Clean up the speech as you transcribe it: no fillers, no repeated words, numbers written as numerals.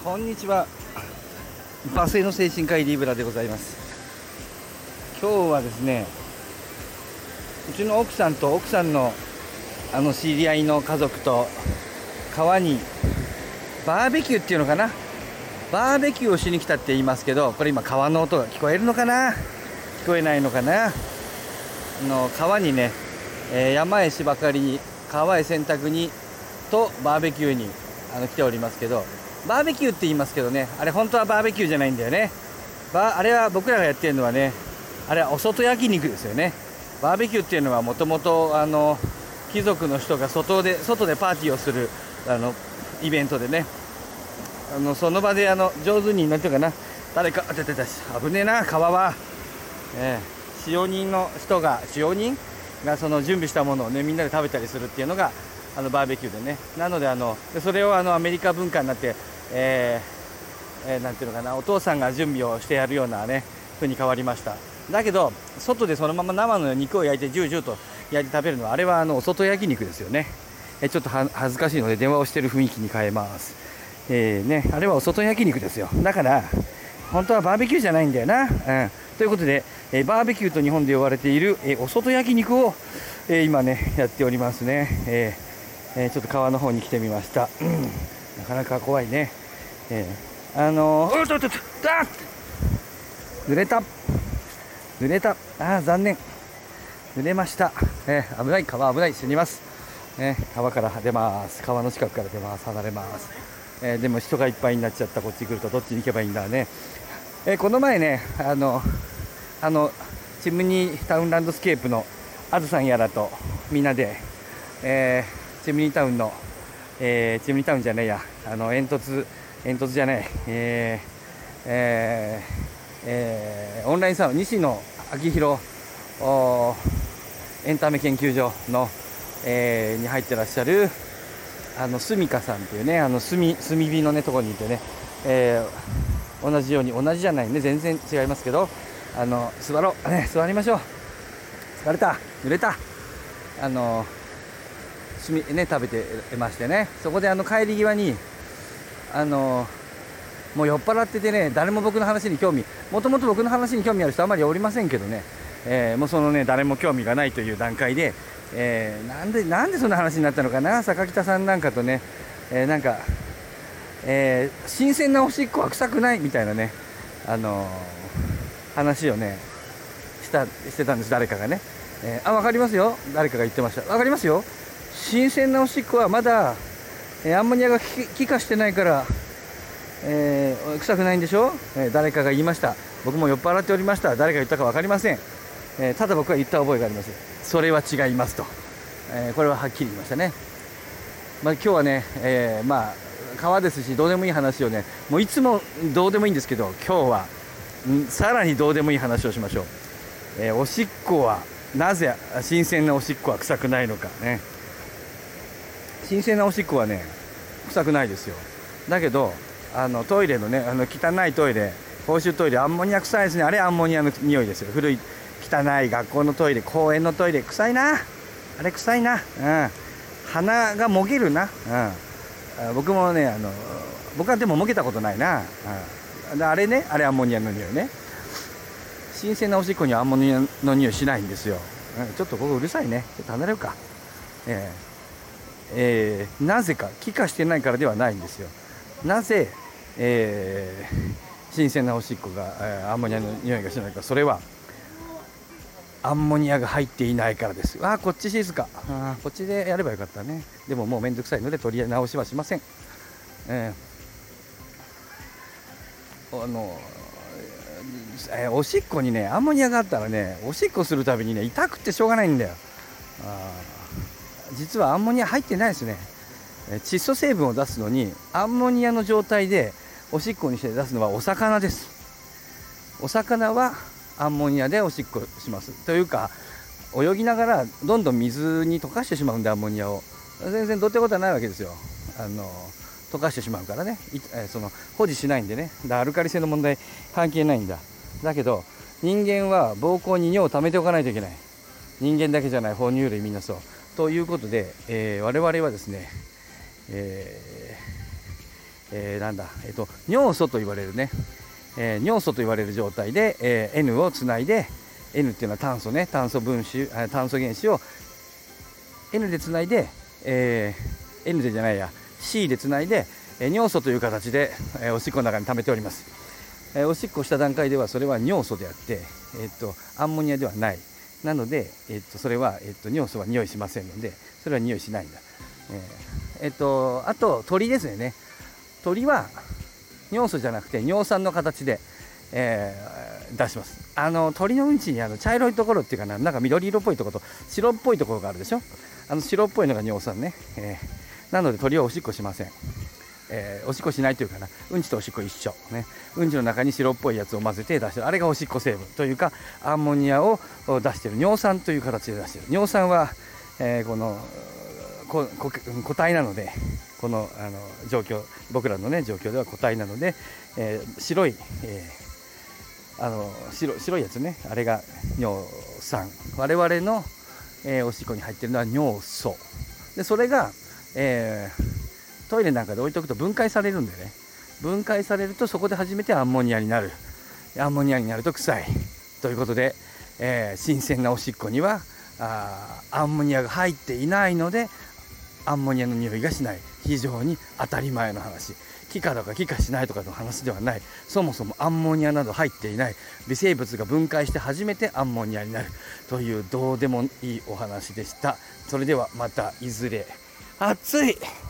こんにちは。馬生の精神科医リーブラでございます。今日はですね、うちの奥さんと奥さんの知り合いの家族と川にバーベキューっていうのかな、バーベキューをしに来たって言いますけど、これ今川の音が聞こえるのかな、聞こえないのかな。川にね、山へ芝刈りに、川へ洗濯にとバーベキューに来ておりますけど、バーベキューって言いますけどね、あれ本当はバーベキューじゃないんだよね。あれは僕らがやってるのはね、あれはお外焼肉ですよね。バーベキューっていうのはもともと貴族の人が外でパーティーをするイベントでね、その場で上手になんていうかな、誰か危ねえな川は、使用人がその準備したものをねみんなで食べたりするっていうのがバーベキューでね。なのでそれをアメリカ文化になって、なんていうのかな、お父さんが準備をしてやるようなね風に変わりました。だけど外でそのまま生の肉を焼いてジュージューと焼いて食べるのは、あれはお外焼肉ですよね。ちょっと恥ずかしいので電話をしている雰囲気に変えます。あれはお外焼肉ですよ。だから本当はバーベキューじゃないんだよな。ということで、バーベキューと日本で呼ばれている、お外焼肉を、今ねやっておりますね。ちょっと川の方に来てみました。なかなか怖いね。濡れた。残念。濡れました。危ない、川危ない、死にます。川から出ます。川の近くから出ます。離れます。でも人がいっぱいになっちゃった。こっち来るとどっちに行けばいいんだね。この前ね、チムニータウンランドスケープのあずさんやらとみんなで、チムニータウンの、チムニータウンじゃないや、煙突じゃない、オンラインサロン西野昭弘エンタメ研究所の、に入ってらっしゃるすみかさんっていうね、炭火のねところにいてね、同じように、同じじゃないね、全然違いますけど、座ろう、座りましょう。疲れた、濡れた、炭ね食べてましてね、そこで帰り際にもう酔っ払っててね、誰も僕の話にもともと僕の話に興味ある人あまりおりませんけどね、もうそのね誰も興味がないという段階で、なんでそんな話になったのかな。坂北さんなんかとね、新鮮なおしっこは臭くないみたいなね、話をねしてたんです、誰かがね。わかりますよ、誰かが言ってました。わかりますよ、新鮮なおしっこはまだ、アンモニアが気化してないから、臭くないんでしょ。誰かが言いました。僕も酔っ払っておりました。誰が言ったか分かりません。ただ僕は言った覚えがあります。それは違いますと、これははっきり言いましたね。今日はね、川ですしどうでもいい話をね、もういつもどうでもいいんですけど、今日はさらにどうでもいい話をしましょう。おしっこはなぜ新鮮なおしっこは臭くないのかね。新鮮なおしっこはね臭くないですよ。だけどトイレのね汚いトイレ、公衆トイレ、アンモニア臭いですね。あれアンモニアの匂いですよ。古い汚い学校のトイレ、公園のトイレ臭いな、あれ臭いな。鼻がもげるな。僕もね僕はでももげたことないな。あれね、あれアンモニアの匂いね。新鮮なおしっこにはアンモニアの匂いしないんですよ。ちょっとここうるさいね。ちょっと離れようか。なぜか気化してないからではないんですよ。なぜ、新鮮なおしっこが、アンモニアの匂いがしないか。それはアンモニアが入っていないからです。こっち静か。こっちでやればよかったね。でももうめんどくさいので取り直しはしません。おしっこにねアンモニアがあったらね、おしっこするたびにね痛くてしょうがないんだよ。実はアンモニア入ってないですね。窒素成分を出すのにアンモニアの状態でおしっこにして出すのはお魚です。お魚はアンモニアでおしっこします。というか泳ぎながらどんどん水に溶かしてしまうんで、アンモニアを全然どうってことはないわけですよ。溶かしてしまうからね、保持しないんでね。アルカリ性の問題関係ないんだ。だけど人間は膀胱に尿を溜めておかないといけない。人間だけじゃない、哺乳類みんなそうということで、我々はですね、 尿素と言われるね、尿素と言われる状態で、N をつないで、N っていうのは炭素ね、炭素原子を N でつないで、N でじゃないや C でつないで、尿素という形で、おしっこの中に溜めております。おしっこした段階ではそれは尿素であって、アンモニアではない。なので、それは、尿素は匂いしませんので、それは匂いしないんだ。あと鳥ですね。鳥は尿素じゃなくて尿酸の形で、出します。鳥のうんちに茶色いところっていうかな、なんか緑色っぽいところと白っぽいところがあるでしょ。白っぽいのが尿酸ね。なので鳥はおしっこしません。おしっこしないというかな、うんちとおしっこ一緒ね。うんちの中に白っぽいやつを混ぜて出してる、あれがおしっこ成分というかアンモニアを出している、尿酸という形で出している。尿酸は、この固体なので、この状況、僕らのね状況では固体なので、白いやつね、あれが尿酸。我々の、おしっこに入っているのは尿素で、それが、トイレなんかで置いておくと分解されるんでね、分解されるとそこで初めてアンモニアになる。アンモニアになると臭いということで、新鮮なおしっこにはアンモニアが入っていないのでアンモニアの匂いがしない。非常に当たり前の話。気化とか気化しないとかの話ではない。そもそもアンモニアなど入っていない。微生物が分解して初めてアンモニアになるというどうでもいいお話でした。それではまたいずれ。暑い。